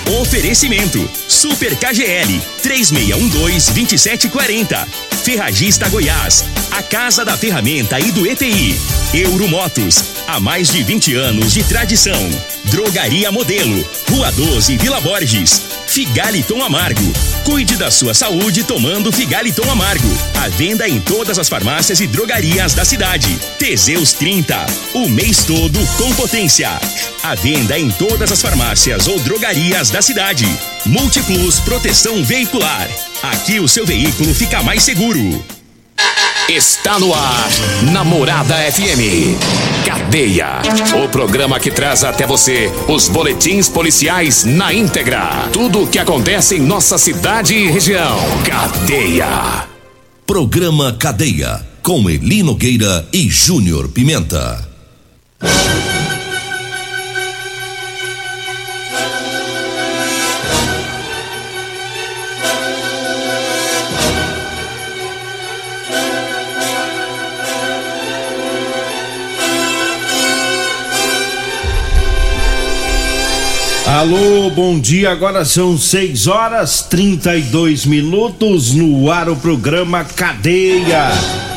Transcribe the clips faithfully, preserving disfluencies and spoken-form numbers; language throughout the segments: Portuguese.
Oferecimento Super K G L três seis um dois, dois sete quatro zero. Ferragista Goiás, a casa da ferramenta e do E P I. Euromotos, há mais de vinte anos de tradição. Drogaria Modelo, Rua doze, Vila Borges. Figaliton Amargo, cuide da sua saúde tomando Figaliton Amargo. À venda em todas as farmácias e drogarias da cidade. Teseus trinta, o mês todo com potência. À venda em todas as farmácias ou drogarias da cidade. Multiplus Proteção Veicular. Aqui o seu veículo fica mais seguro. Está no ar, Namorada F M. Cadeia. O programa que traz até você os boletins policiais na íntegra. Tudo o que acontece em nossa cidade e região. Cadeia. Programa Cadeia, com Eli Nogueira e Júnior Pimenta. Alô, bom dia, agora são seis horas trinta e dois minutos, no ar o programa Cadeia.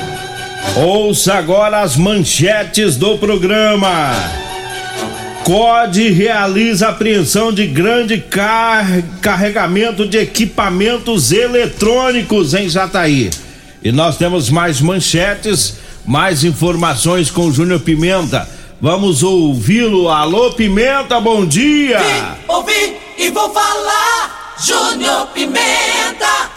Ouça agora as manchetes do programa. C O D realiza apreensão de grande car... carregamento de equipamentos eletrônicos em Jataí. E nós temos mais manchetes, mais informações com o Júnior Pimenta. Vamos ouvi-lo. Alô, Pimenta, bom dia! Vim, ouvi e vou falar, Júnior Pimenta!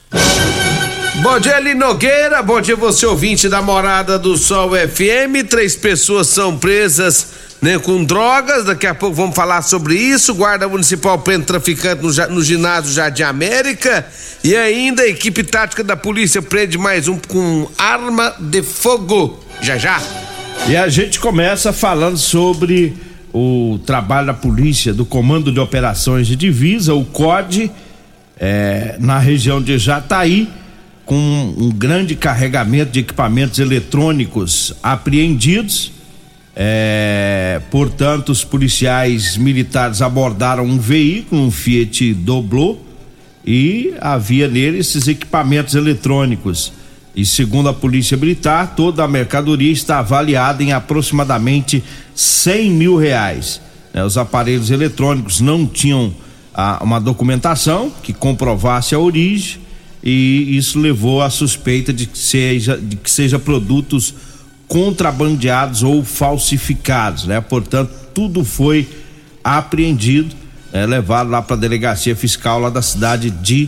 Bom dia, Eli Nogueira, bom dia você ouvinte da Morada do Sol F M. Três pessoas são presas, né, com drogas, daqui a pouco vamos falar sobre isso. Guarda Municipal prende traficante no, no ginásio Jardim América. E ainda a equipe tática da polícia prende mais um com arma de fogo. Já já. E a gente começa falando sobre o trabalho da polícia, do Comando de Operações de Divisa, o C O D, é, na região de Jataí, com um grande carregamento de equipamentos eletrônicos apreendidos. É, portanto, os policiais militares abordaram um veículo, um Fiat Doblo, e havia nele esses equipamentos eletrônicos. E segundo a Polícia Militar, toda a mercadoria está avaliada em aproximadamente cem mil reais. É, os aparelhos eletrônicos não tinham ah, uma documentação que comprovasse a origem, e isso levou à suspeita de que seja, de que seja produtos contrabandeados ou falsificados, né? Portanto, tudo foi apreendido, é, levado lá para a delegacia fiscal lá da cidade de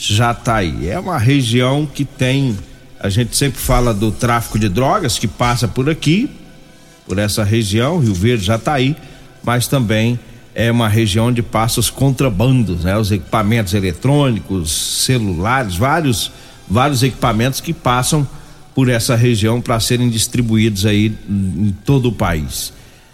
Jataí. É uma região que tem, a gente sempre fala do tráfico de drogas que passa por aqui, por essa região, Rio Verde, Jataí, mas também é uma região onde passam os contrabandos, né? Os equipamentos eletrônicos, celulares, vários, vários equipamentos que passam por essa região para serem distribuídos aí em todo o país.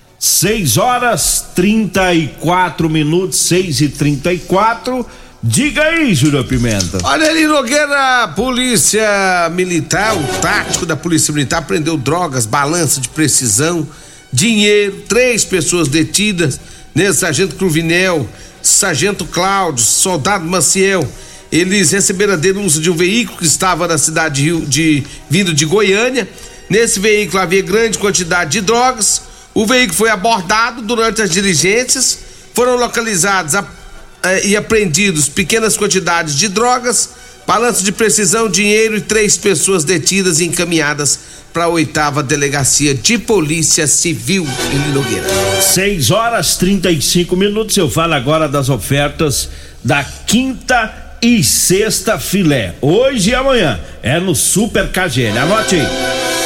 seis horas trinta e quatro minutos, seis e trinta e quatro. Diga aí, Júnior Pimenta. Olha ali, Nogueira, polícia militar, o tático da polícia militar prendeu drogas, balança de precisão, dinheiro, três pessoas detidas, né? Sargento Cruvinel, Sargento Cláudio, Soldado Maciel. Eles receberam a denúncia de um veículo que estava na cidade de, Rio, de vindo de Goiânia. Nesse veículo havia grande quantidade de drogas. O veículo foi abordado durante as diligências, foram localizados a e apreendidos pequenas quantidades de drogas, balanço de precisão, dinheiro e três pessoas detidas e encaminhadas para a oitava delegacia de polícia civil em Nogueira. seis horas trinta e cinco minutos. Eu falo agora das ofertas da quinta e sexta filé. Hoje e amanhã é no Super K G L. Anote aí.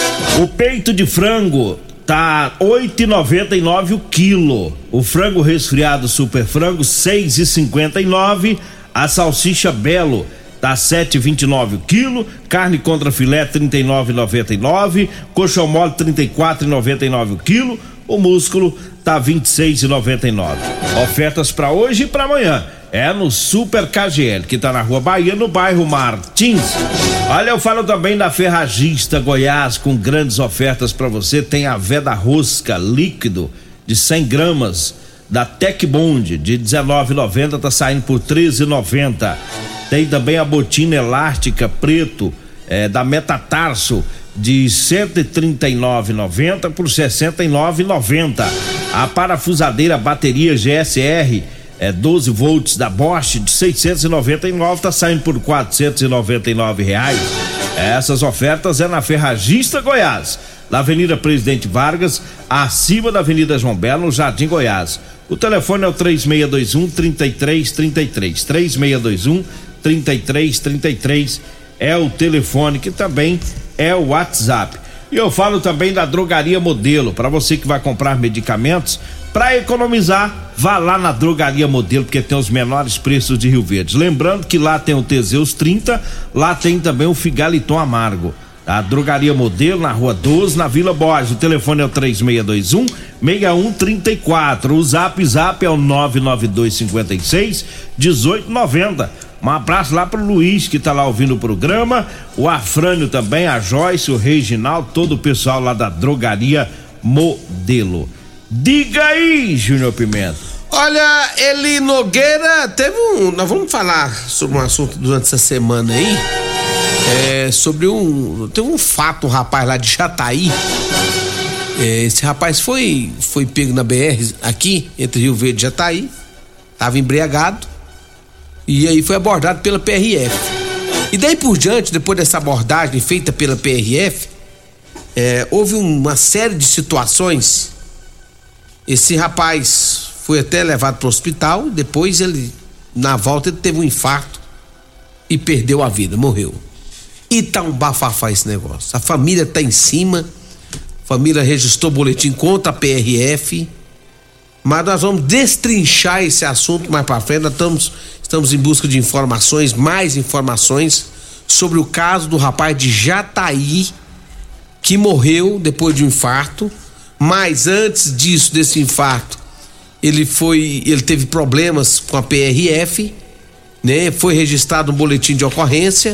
O peito de frango tá oito e noventa e nove o quilo. O frango resfriado super frango seis e cinquenta e nove. A salsicha Belo tá sete e vinte e nove o quilo. Carne contra filé trinta e nove e noventa e nove. Coxão mole trinta e quatro e noventa e nove o quilo. O músculo tá vinte e seis e noventa e nove. Ofertas para hoje e para amanhã é no Super K G L, que tá na Rua Bahia, no bairro Martins. Olha, eu falo também da Ferragista Goiás, com grandes ofertas para você. Tem a Veda Rosca líquido de cem gramas da Tec Bond de dezenove e noventa tá saindo por treze e noventa. Tem também a botina elástica preto é, da Metatarso de cento e trinta e nove e noventa por sessenta e nove e noventa. A parafusadeira bateria G S R é doze volts da Bosch de seiscentos e noventa e nove tá saindo por quatrocentos e noventa e nove reais. Essas ofertas é na Ferragista Goiás, na Avenida Presidente Vargas, acima da Avenida João Belo, no Jardim Goiás. O telefone é o três seis dois um, três três três três. três seis dois um, três três três três é o telefone, que também é o WhatsApp. E eu falo também da Drogaria Modelo. Para você que vai comprar medicamentos, para economizar, vá lá na Drogaria Modelo, porque tem os menores preços de Rio Verde. Lembrando que lá tem o Teseus trinta, lá tem também o Figaliton Amargo. A Drogaria Modelo, na Rua doze, na Vila Borges. O telefone é o três seis dois um, seis um três quatro. O Zap Zap é o nove nove dois cinco seis, um oito nove zero. Um abraço lá pro Luiz, que tá lá ouvindo o programa, o Afrânio também, a Joyce, o Reginaldo, todo o pessoal lá da Drogaria Modelo. Diga aí, Júnior Pimenta. Olha, Eli Nogueira, teve um... Nós vamos falar sobre um assunto durante essa semana aí. É, sobre um... Teve um fato, um rapaz lá de Jataí. É, esse rapaz foi, foi pego na B R aqui, entre Rio Verde e Jataí. Tava embriagado. E aí foi abordado pela P R F. E daí por diante, depois dessa abordagem feita pela P R F, é, houve uma série de situações. Esse rapaz foi até levado para o hospital. Depois ele, na volta, ele teve um infarto e perdeu a vida, morreu. E tá um bafafá esse negócio. A família tá em cima, a família registrou boletim contra a P R F, mas nós vamos destrinchar esse assunto mais para frente. Nós estamos, estamos em busca de informações, mais informações sobre o caso do rapaz de Jataí que morreu depois de um infarto. Mas antes disso, desse infarto, ele foi, ele teve problemas com a P R F, né? Foi registrado um boletim de ocorrência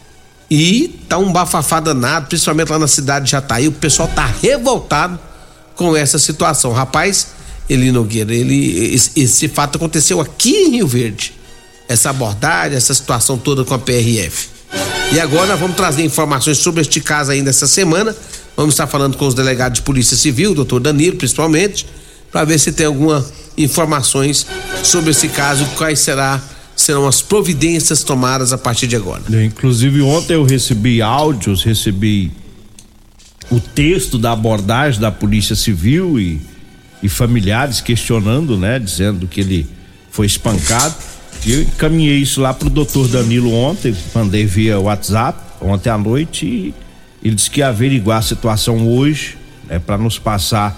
e tá um bafafá danado, principalmente lá na cidade de Jataí. O pessoal tá revoltado com essa situação. Rapaz, Eli Nogueira, ele, esse, esse fato aconteceu aqui em Rio Verde. Essa abordagem, essa situação toda com a P R F. E agora nós vamos trazer informações sobre este caso ainda essa semana. Vamos estar falando com os delegados de Polícia Civil, o doutor Danilo, principalmente, para ver se tem alguma informações sobre esse caso, quais será, serão as providências tomadas a partir de agora. Inclusive ontem eu recebi áudios, recebi o texto da abordagem da Polícia Civil e, e familiares questionando, né, dizendo que ele foi espancado. E eu encaminhei isso lá pro doutor Danilo ontem, mandei via WhatsApp ontem à noite e ele disse que ia averiguar a situação hoje, né, para nos passar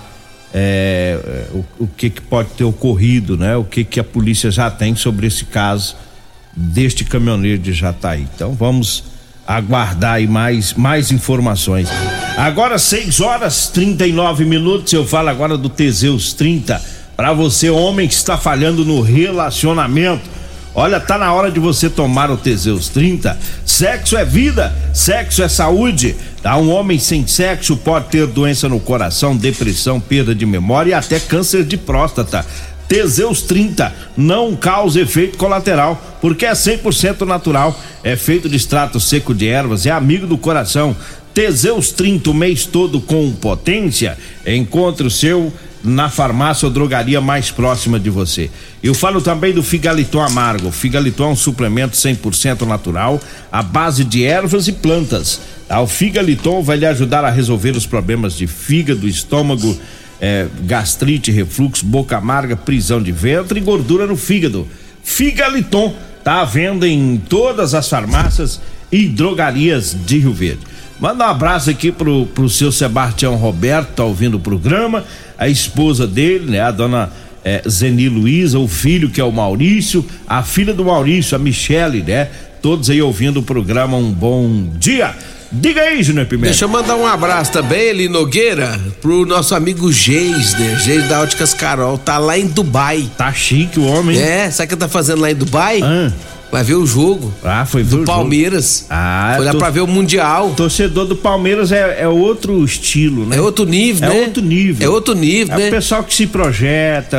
é, o, o que que pode ter ocorrido, né, o que que a polícia já tem sobre esse caso deste caminhoneiro de Jataí. Então vamos aguardar aí mais, mais informações. Agora seis horas trinta e nove minutos, eu falo agora do Teseus trinta, para você homem que está falhando no relacionamento. Olha, tá na hora de você tomar o Teseus trinta. Sexo é vida, sexo é saúde. Tá? Um homem sem sexo pode ter doença no coração, depressão, perda de memória e até câncer de próstata. Teseus trinta não causa efeito colateral, porque é cem por cento natural, é feito de extrato seco de ervas, é amigo do coração. Teseus trinta o mês todo com potência. Encontre o seu na farmácia ou drogaria mais próxima de você. Eu falo também do Figaliton Amargo. O Figaliton é um suplemento cem por cento natural, à base de ervas e plantas. Tá? O Figaliton vai lhe ajudar a resolver os problemas de fígado, estômago, é, gastrite, refluxo, boca amarga, prisão de ventre e gordura no fígado. Figaliton tá à venda em todas as farmácias e drogarias de Rio Verde. Manda um abraço aqui pro, pro seu Sebastião Roberto, tá ouvindo o programa, a esposa dele, né, a dona é, Zeni Luiza, o filho que é o Maurício, a filha do Maurício, a Michele, né, todos aí ouvindo o programa. Um bom dia. Diga aí, Júnior Pimenta. Deixa eu mandar um abraço também, Eli Nogueira, pro nosso amigo Geisner, Geisner da Óticas Carol, tá lá em Dubai. Tá chique o homem. É, sabe o que tá fazendo lá em Dubai? Ah. Vai ver o jogo. Ah, foi do Palmeiras. Jogo. Ah, foi lá tô... pra ver o Mundial. Torcedor do Palmeiras é, é outro estilo, né? É outro nível, é né? É outro nível. É outro nível, é né? É o pessoal que se projeta,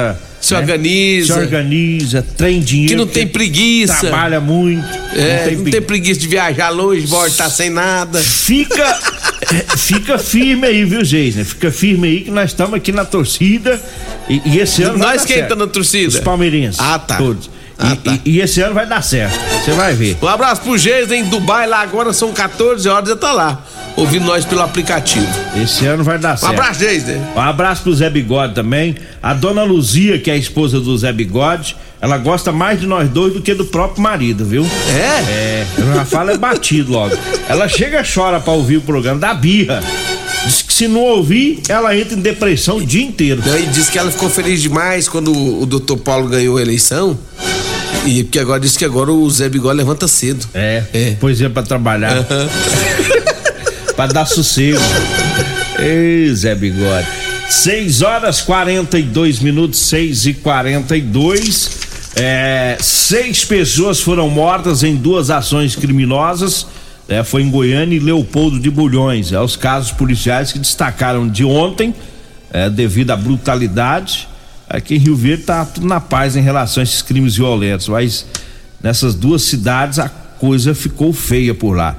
Se né? organiza. Se organiza, tem dinheiro. Que não tem preguiça. Trabalha muito. É, não tem, não tem preguiça de viajar longe, voltar sem nada. Fica, fica firme aí, viu, Geisner? Fica firme aí que nós estamos aqui na torcida e, e esse ano Nós vai dar quem certo. tá na torcida? Os palmeirenses. Ah, tá. Todos. Ah, e, tá. e, e esse ano vai dar certo. Você vai ver. Um abraço pro Geis em Dubai, lá agora são quatorze horas, já tá lá, ouvindo nós pelo aplicativo. Esse ano vai dar Um certo. abraço, Geis, né? Um abraço pro Zé Bigode também. A dona Luzia, que é a esposa do Zé Bigode, ela gosta mais de nós dois do que do próprio marido, viu? É? É, eu já falo é batido logo. Ela chega e chora pra ouvir o programa da birra. Diz que se não ouvir, ela entra em depressão o dia inteiro. E diz que ela ficou feliz demais quando o, o doutor Paulo ganhou a eleição. E porque agora diz que agora o Zé Bigode levanta cedo. É, É. pois é, pra trabalhar. Uhum. Pra dar sossego. Ei, Zé Bigode. seis horas quarenta e dois minutos, seis e quarenta e dois. É, seis pessoas foram mortas em duas ações criminosas. É, foi em Goiânia e Leopoldo de Bulhões. É, os casos policiais que destacaram de ontem, é, devido à brutalidade. Aqui em Rio Verde tá tudo na paz em relação a esses crimes violentos, mas nessas duas cidades a coisa ficou feia por lá.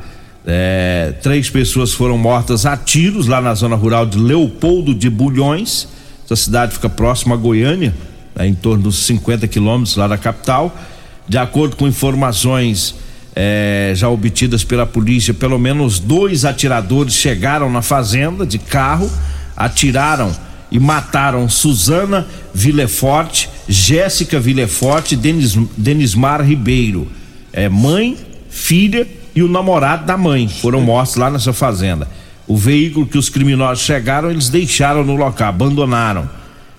É, três pessoas foram mortas a tiros lá na zona rural de Leopoldo de Bulhões. Essa cidade fica próxima a Goiânia, né, em torno dos cinquenta quilômetros lá da capital. De acordo com informações é, já obtidas pela polícia, pelo menos dois atiradores chegaram na fazenda de carro, atiraram e mataram Suzana Villeforte, Jéssica Villeforte e Denis, Denismar Ribeiro. É, mãe, filha e o namorado da mãe foram mortos lá nessa fazenda. O veículo que os criminosos chegaram, eles deixaram no local, abandonaram.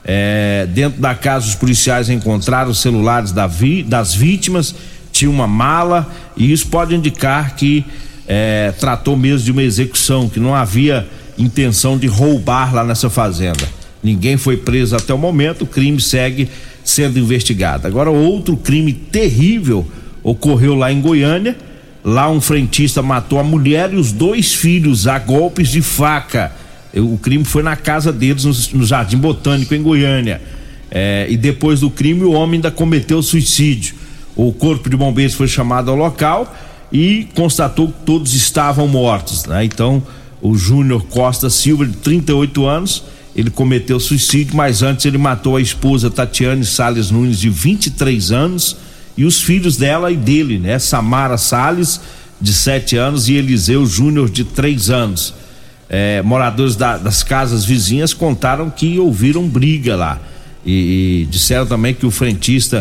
É, dentro da casa, os policiais encontraram os celulares da vi, das vítimas, tinha uma mala, e isso pode indicar que é, tratou mesmo de uma execução, que não havia intenção de roubar lá nessa fazenda. Ninguém foi preso até o momento, o crime segue sendo investigado. Agora, outro crime terrível ocorreu lá em Goiânia. Lá um frentista matou a mulher e os dois filhos a golpes de faca. O crime foi na casa deles, no, no Jardim Botânico, em Goiânia. É, e depois do crime, o homem ainda cometeu suicídio. O corpo de bombeiros foi chamado ao local e constatou que todos estavam mortos, né? Então, o Júnior Costa Silva, de trinta e oito anos, ele cometeu suicídio, mas antes ele matou a esposa Tatiane Salles Nunes, de vinte e três anos, e os filhos dela e dele, né? Samara Salles, de sete anos, e Eliseu Júnior, de três anos. É, moradores da, das casas vizinhas contaram que ouviram briga lá e, e disseram também que o frentista,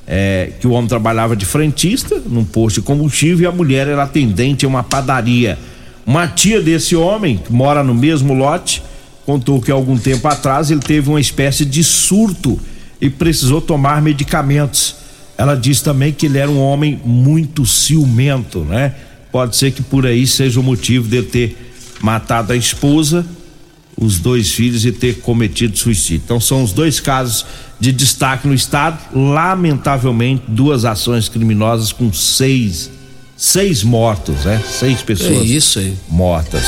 é, que o homem trabalhava de frentista num posto de combustível e a mulher era atendente em uma padaria. Uma tia desse homem, que mora no mesmo lote, contou que há algum tempo atrás ele teve uma espécie de surto e precisou tomar medicamentos. Ela disse também que ele era um homem muito ciumento, né? Pode ser que por aí seja o motivo dele ter matado a esposa, os dois filhos e ter cometido suicídio. Então são os dois casos de destaque no estado. Lamentavelmente, duas ações criminosas com seis seis mortos, né? Seis pessoas é isso aí. mortas.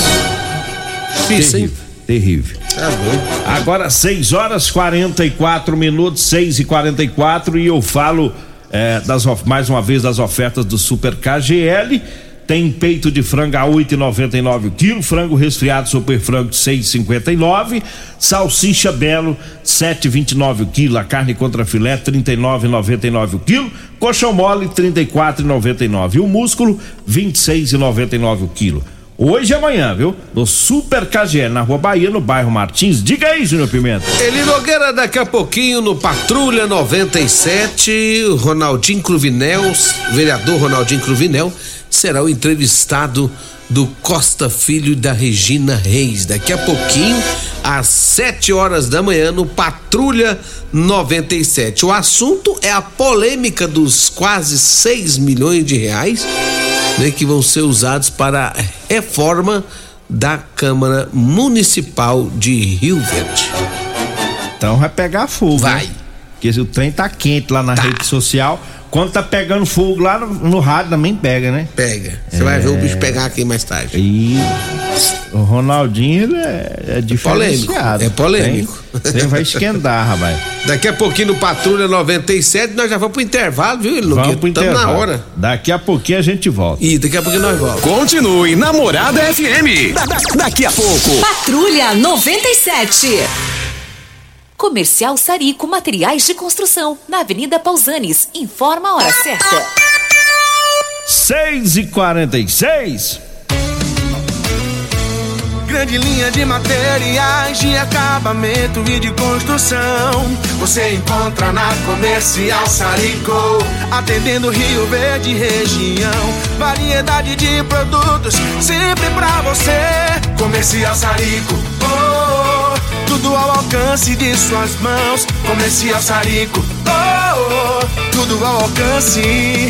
Isso, terrível, terrível. Tá bom. Agora seis horas quarenta e quatro minutos, seis e quarenta e quatro, e eu falo é, das, mais uma vez das ofertas do Super K G L. Tem peito de frango a oito e noventa e nove o quilo, frango resfriado Super Frango de seis e cinquenta e nove, salsicha Belo sete e vinte e nove o quilo, a carne contra filé trinta e nove e noventa e nove o quilo, coxão mole trinta e quatro e noventa e nove e o músculo vinte e seis e noventa e nove o quilo. Hoje e amanhã, viu? No Super K G L, na Rua Bahia, no bairro Martins. Diga aí, Júnior Pimenta. Eli Nogueira, daqui a pouquinho no Patrulha noventa e sete, o Ronaldinho Cruvinel, vereador Ronaldinho Cruvinel, será o entrevistado do Costa Filho e da Regina Reis. Daqui a pouquinho, às sete horas da manhã, no Patrulha noventa e sete. O assunto é a polêmica dos quase seis milhões de reais, né, que vão ser usados para a reforma da Câmara Municipal de Rio Verde. Então vai pegar fogo. Vai. Né? Porque o trem tá quente lá na Tá. rede social. Quando tá pegando fogo lá no, no rádio também pega, né? Pega. Você É. vai ver o bicho pegar aqui mais tarde. E o Ronaldinho, ele é, é diferenciado. É polêmico. O trem vai esquentar, rapaz. Daqui a pouquinho no Patrulha noventa e sete nós já vamos pro intervalo, viu, Iluque? Vamos pro Estamos intervalo. na hora. Daqui a pouquinho a gente volta. E daqui a pouquinho nós voltamos. Continue na Morada F M. Da- da- daqui a pouco. Patrulha noventa e sete. Comercial Sarico Materiais de Construção, na Avenida Pausanes. Informa a hora certa. seis e quarenta e seis. Grande linha de materiais de acabamento e de construção. Você encontra na Comercial Sarico, atendendo Rio Verde região. Variedade de produtos sempre pra você. Comercial Sarico, oh, oh, tudo ao alcance de suas mãos. Comercial Sarico, oh, oh, tudo ao alcance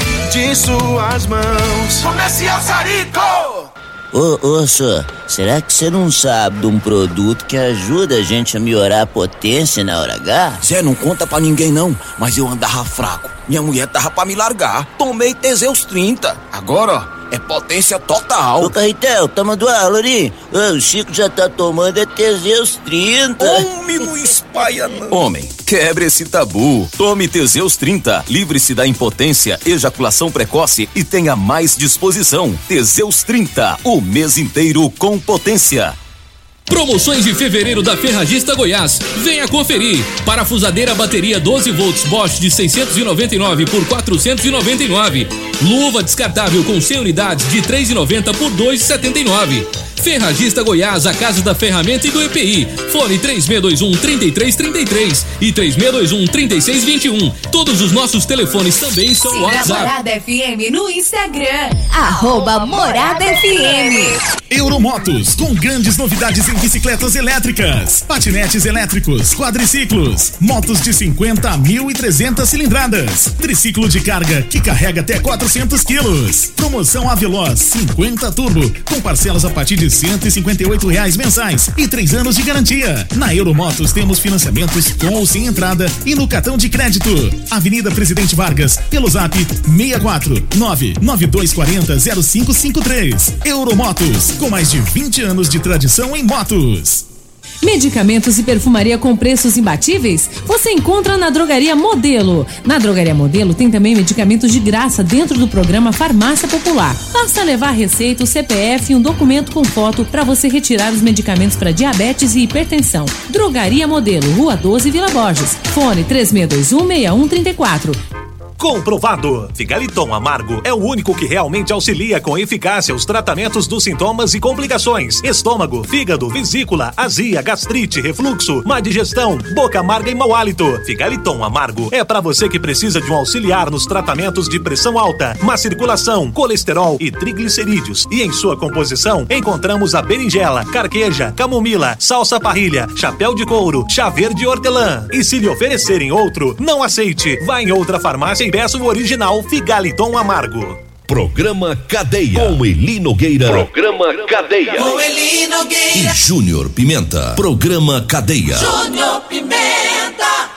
de suas mãos. Comercial Sarico. Ô, ô, senhor, será que você não sabe de um produto que ajuda a gente a melhorar a potência na hora H? Zé, não conta pra ninguém não, mas eu andava fraco. Minha mulher tava pra me largar. Tomei Teseus trinta. Agora, ó, é potência total. Ô, Carretel, tá mandando aula ali? Ô, o Chico já tá tomando é Teseus trinta. Homem, não espalha não. Homem, quebre esse tabu. Tome Teseus trinta. Livre-se da impotência, ejaculação precoce e tenha mais disposição. Teseus trinta, o mês inteiro com potência. Promoções de fevereiro da Ferragista Goiás. Venha conferir. Parafusadeira bateria doze volts Bosch de seiscentos e noventa e nove por quatrocentos e noventa e nove. Luva descartável com cem unidades de três reais e noventa por dois reais e setenta e nove. Ferragista Goiás, a casa da ferramenta e do E P I. Fone três seis dois um, três três três três e três seis dois um, três seis dois um. Todos os nossos telefones também são Siga WhatsApp. Morada F M no Instagram. Arroba Morada F M. Euromotos, com grandes novidades em bicicletas elétricas, patinetes elétricos, quadriciclos, motos de cinquenta a mil e trezentas cilindradas, triciclo de carga que carrega até quatrocentos quilos. Promoção Aveloz cinquenta Turbo, com parcelas a partir de cento e cinquenta e oito reais mensais e três anos de garantia. Na Euromotos temos financiamentos com ou sem entrada e no cartão de crédito. Avenida Presidente Vargas, pelo zap seis quatro nove nove dois quatro zero zero cinco cinco três. Euromotos, com mais de vinte anos de tradição em motos. Medicamentos e perfumaria com preços imbatíveis? Você encontra na Drogaria Modelo. Na Drogaria Modelo tem também medicamentos de graça dentro do programa Farmácia Popular. Basta levar receita, o C P F e um documento com foto para você retirar os medicamentos para diabetes e hipertensão. Drogaria Modelo, Rua doze, Vila Borges. Fone três seis dois um, seis um três quatro. Comprovado. Figaliton Amargo é o único que realmente auxilia com eficácia os tratamentos dos sintomas e complicações: estômago, fígado, vesícula, azia, gastrite, refluxo, má digestão, boca amarga e mau hálito. Figaliton Amargo é para você que precisa de um auxiliar nos tratamentos de pressão alta, má circulação, colesterol e triglicerídeos. E em sua composição encontramos a berinjela, carqueja, camomila, salsa parrilha, chapéu de couro, chá verde e hortelã. E se lhe oferecerem outro, não aceite. Vá em outra farmácia e peça o original Figaliton Amargo. Programa Cadeia. Com Eli Nogueira. Programa Cadeia. Com Eli Nogueira. E Júnior Pimenta. Programa Cadeia. Júnior Pimenta.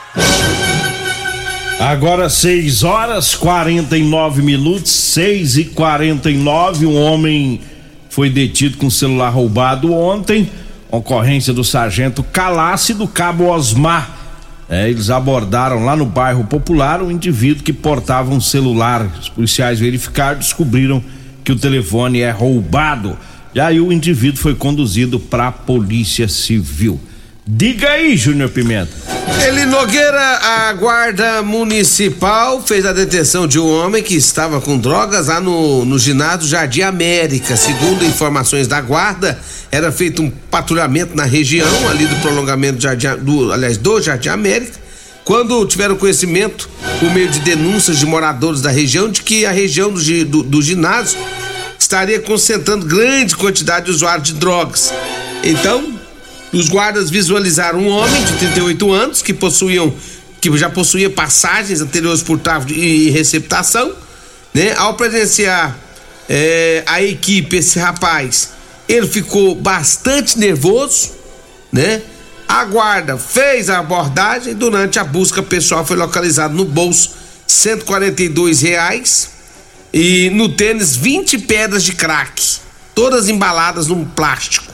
Agora seis horas quarenta e nove minutos, seis e quarenta e nove. Um homem foi detido com celular roubado ontem. Ocorrência do sargento Calace e do cabo Osmar. É, eles abordaram lá no bairro Popular um indivíduo que portava um celular. Os policiais verificaram, descobriram que o telefone é roubado. E aí o indivíduo foi conduzido para a Polícia Civil. Diga aí, Júnior Pimenta. Eli Nogueira, a guarda municipal fez a detenção de um homem que estava com drogas lá no, no ginásio Jardim América. Segundo informações da guarda, era feito um patrulhamento na região ali do prolongamento do Jardim, do, aliás, do Jardim América, quando tiveram conhecimento, por meio de denúncias de moradores da região, de que a região do, do, do ginásio estaria concentrando grande quantidade de usuários de drogas. Então, os guardas visualizaram um homem de trinta e oito anos que possuíam, que já possuía passagens anteriores por tráfico e receptação, né? Ao presenciar é, a equipe, esse rapaz, ele ficou bastante nervoso, né? A guarda fez a abordagem e durante a busca pessoal foi localizado no bolso cento e quarenta e dois reais e no tênis vinte pedras de crack, todas embaladas num plástico.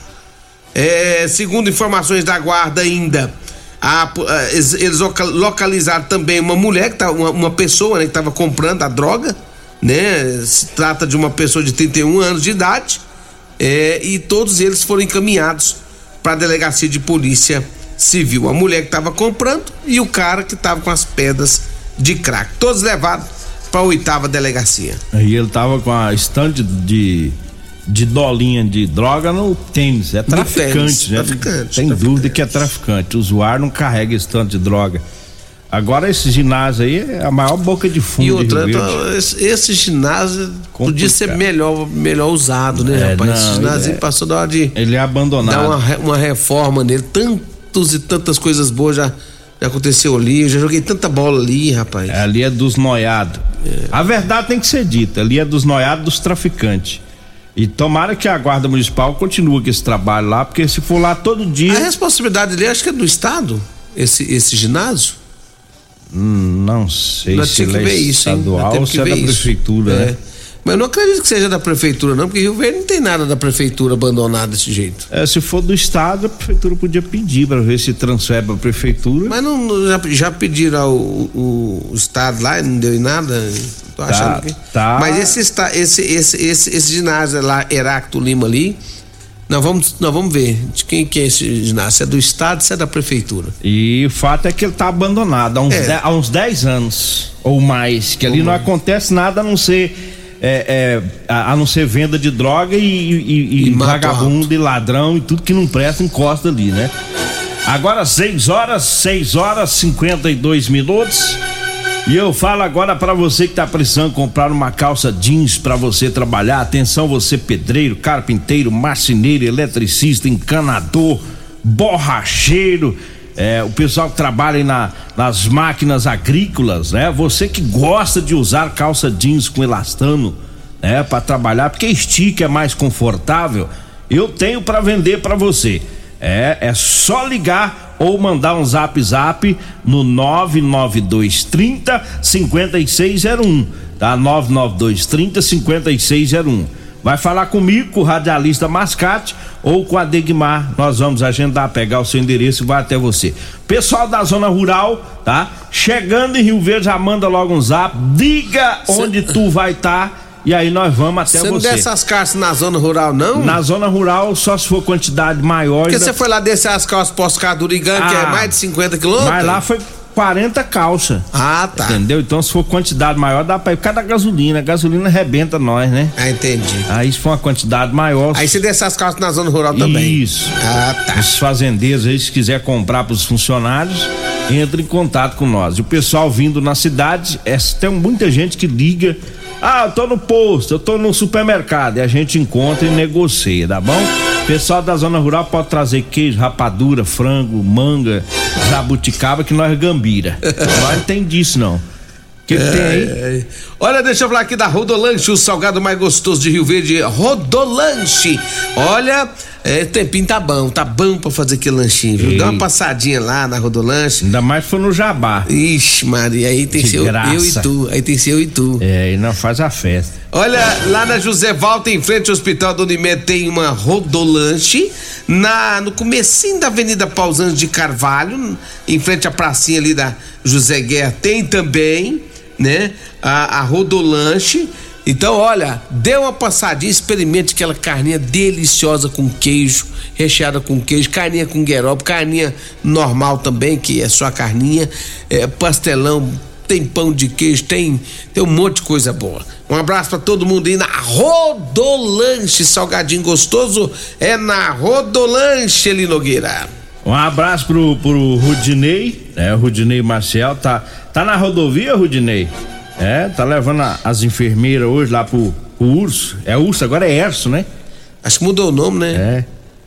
É, segundo informações da guarda ainda, a, a, eles localizaram também uma mulher, que tá, uma, uma pessoa, né, que estava comprando a droga, né? Se trata de uma pessoa de trinta e um anos de idade, é, e todos eles foram encaminhados para a delegacia de polícia civil. A mulher que estava comprando e o cara que estava com as pedras de crack, todos levados para a oitava delegacia. E ele tava com a estante de de dolinha de droga no tênis. É traficante, tênis, né? Traficante. Tem traficante. dúvida que é traficante. O usuário não carrega estante de droga. Agora esse ginásio aí é a maior boca de fundo. E outra, de esse, esse ginásio complicado. Podia ser melhor, melhor usado, né, é, rapaz? não, esse ginásio é, passou da hora de. Ele é abandonado. Dar uma, uma reforma nele. Tantos e tantas coisas boas já, já aconteceu ali. Eu já joguei tanta bola ali, rapaz. É, ali é dos noiados. É. A verdade tem que ser dita. Ali é dos noiados, dos traficantes. E tomara que a Guarda Municipal continue com esse trabalho lá, porque se for lá todo dia. A responsabilidade dele, acho que é do Estado, esse, esse ginásio. Hum, não sei Nós se ele é isso, estadual ou se é da isso. prefeitura, é. né? Mas eu não acredito que seja da prefeitura, não, porque Rio Verde não tem nada da prefeitura abandonado desse jeito. É, se for do estado, a prefeitura podia pedir para ver se transfere para a prefeitura. Mas não, já, já pediram ao o, o estado lá e não deu em nada. Tô achando tá, que. Tá. Mas esse, esse, esse, esse, esse ginásio lá, Heráclito Lima ali, nós vamos, nós vamos ver de quem que é esse ginásio, se é do estado, se é da prefeitura. E o fato é que ele tá abandonado há uns, É. de, há uns dez anos ou mais, que ali Ou não mais. acontece nada a não ser é, é, a, a não ser venda de droga e, e, e, E mato vagabundo e ladrão e tudo que não presta encosta ali, né? Agora seis horas, seis horas cinquenta e dois minutos. E eu falo agora pra você que tá precisando comprar uma calça jeans pra você trabalhar. Atenção, você pedreiro, carpinteiro, marceneiro, eletricista, encanador, borracheiro, é, o pessoal que trabalha aí na, nas máquinas agrícolas, né? Você que gosta de usar calça jeans com elastano, né? Pra trabalhar, porque estica, é mais confortável. Eu tenho pra vender pra você. É, é só ligar ou mandar um zap zap no nove nove dois três zero cinco seis zero um, tá? nove nove dois três zero cinco seis zero um. Vai falar comigo, com o radialista Mascate ou com a Degmar. Nós vamos agendar, pegar o seu endereço e vai até você. Pessoal da zona rural, tá? Chegando em Rio Verde, já manda logo um zap, diga Cê... onde tu vai estar. Tá, e aí nós vamos até você. Você não desce as calças na zona rural, não? Na zona rural, só se for quantidade maior. Porque ainda... você foi lá descer as calças Pós Cadurigan, ah, que é mais de cinquenta quilômetros? Mas lá foi quarenta calças. Ah, tá. Entendeu? Então, se for quantidade maior, dá pra ir por causa da gasolina. A gasolina arrebenta nós, né? Ah, entendi. Aí, se for uma quantidade maior. Aí você desce as calças na zona rural também. Isso. Ah, tá. Os fazendeiros aí, se quiser comprar pros funcionários, entre em contato com nós. E o pessoal vindo na cidade, é, tem muita gente que liga. Ah, eu tô no posto, eu tô no supermercado. E a gente encontra e negocia, tá bom? Pessoal da zona rural pode trazer queijo, rapadura, frango, manga, jabuticaba, que nós gambira. Nós não tem disso, não. Que que é, tem aí? É. Olha, deixa eu falar aqui da Rodolanche, o salgado mais gostoso de Rio Verde, Rodolanche. Olha, é, tempinho tá bom, tá bom pra fazer aquele lanchinho, viu? Ei. Dá uma passadinha lá na Rodolanche. Ainda mais se for no Jabá. Ixi, Maria, aí tem que ser eu, eu e tu, aí tem que ser eu e tu. É, e não faz a festa. Olha, lá na José Walter, em frente ao Hospital do Unimed, tem uma Rodolanche, na, no comecinho da Avenida Pausanias de Carvalho, em frente à pracinha ali da José Guerra, tem também, né, a, a Rodolanche. Então, olha, dê uma passadinha, experimente aquela carninha deliciosa com queijo, recheada com queijo, carninha com gueroba, carninha normal também, que é só a carninha, é, pastelão, tem pão de queijo, tem, tem um monte de coisa boa. Um abraço pra todo mundo aí na Rodolanche, salgadinho gostoso é na Rodolanche, Eli Nogueira. Um abraço pro, pro Rudinei, né? O Rudinei Marcial tá, tá na rodovia, Rudinei? É, tá levando a, as enfermeiras hoje lá pro, pro Urso. É Urso, agora é Erso, né? Acho que mudou o nome, né? É.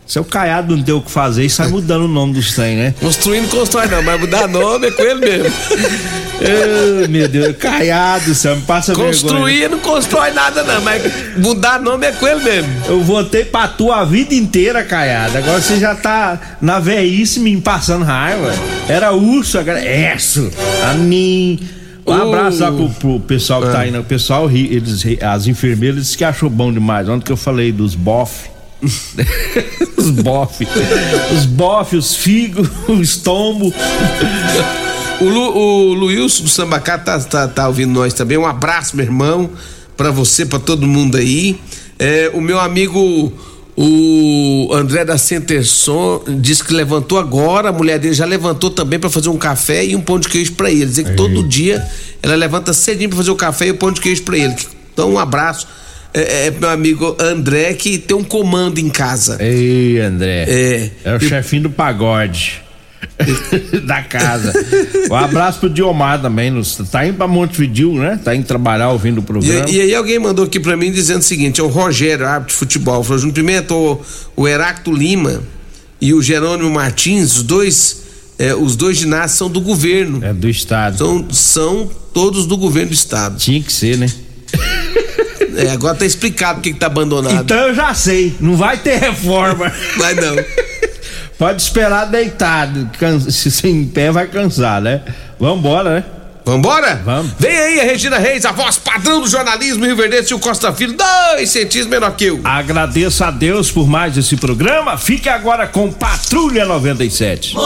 Seu Caiado não tem o que fazer e sai mudando o nome dos trem, né? Construindo, constrói não, mas mudar nome é com ele mesmo. Oh, meu Deus, Caiado, Sam, passa vergonha. Construir não constrói nada não, mas mudar nome é com ele mesmo. Eu votei pra tu a vida inteira, Caiado. Agora você já tá na velhice me passando raiva. Era urso, agora é isso. A mim. Um abraço lá pro, pro pessoal que ah. tá aí, né? O pessoal, eles, as enfermeiras disse que achou bom demais. Ontem que eu falei dos bofe. Os bofe. Os bofe, os figos, o estombo. O, Lu, o Luilson do Sambacá tá, tá, tá ouvindo nós também. Um abraço, meu irmão, pra você, pra todo mundo aí. É, o meu amigo, o André da Centerson, disse que levantou agora. A mulher dele já levantou também pra fazer um café e um pão de queijo pra ele. Dizer que todo dia ela levanta cedinho pra fazer o café e o pão de queijo pra ele. Então, um abraço. É, é meu amigo André, que tem um comando em casa. Ei, André. É. É o e... chefinho do pagode. Da casa. Um abraço pro Diomar também. Nos, tá indo pra Montevidéu, né? Tá indo trabalhar ouvindo o programa. E, e aí alguém mandou aqui pra mim dizendo o seguinte: é o Rogério, árbitro de futebol. Falou: Júnior Pimenta, o, o Heracto Lima e o Jerônimo Martins, os dois, é, os dois ginásios são do governo. É do estado. São, são todos do governo do estado. Tinha que ser, né? É, agora tá explicado porque que tá abandonado. Então eu já sei, não vai ter reforma. Vai não. Pode esperar deitado, se sem em pé vai cansar, né? Vambora, né? Vambora? Vamos. Vem aí a Regina Reis, a voz padrão do jornalismo Rio Verdense, e o Costa Filho, dois centímetros menor que eu. Agradeço a Deus por mais esse programa. Fique agora com Patrulha noventa e sete.